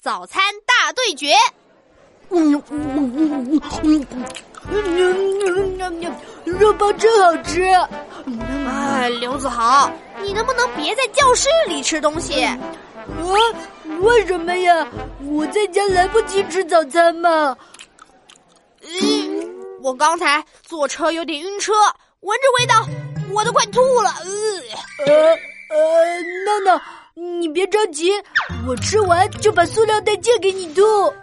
早餐大对决。 肉包真好吃。 刘子豪，你能不能别在教室里吃东西？ 为什么呀？我在家来不及吃早餐嘛。 我刚才坐车有点晕车，闻着味道我都快吐了。 闹闹，你别着急，我吃完就把塑料袋借给你吐。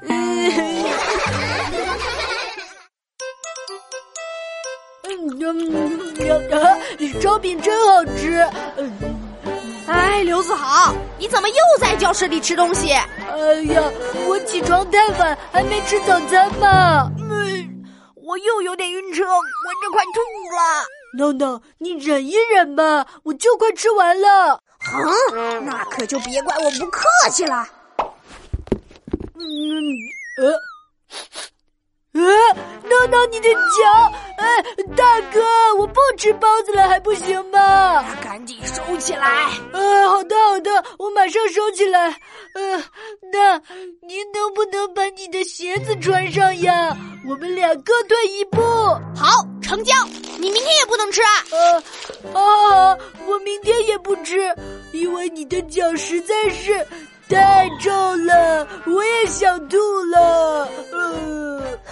烧饼真好吃。 刘子豪，你怎么又在教室里吃东西？ 我起床太晚，还没吃早餐嘛。 我又有点晕车，闻着快吐了。 闹闹，你忍一忍吧，我就快吃完了。 那可就别怪我不客气了。 闹闹，你的脚！大哥，我不吃包子了，还不行吗？ 赶紧收起来。 好的，我马上收起来。那您能不能把你的鞋子穿上呀？我们两个退一步。 好，成交。你明天也不能吃啊。 好，我明天也不吃，因为你的脚实在是太臭了，我也想吐了。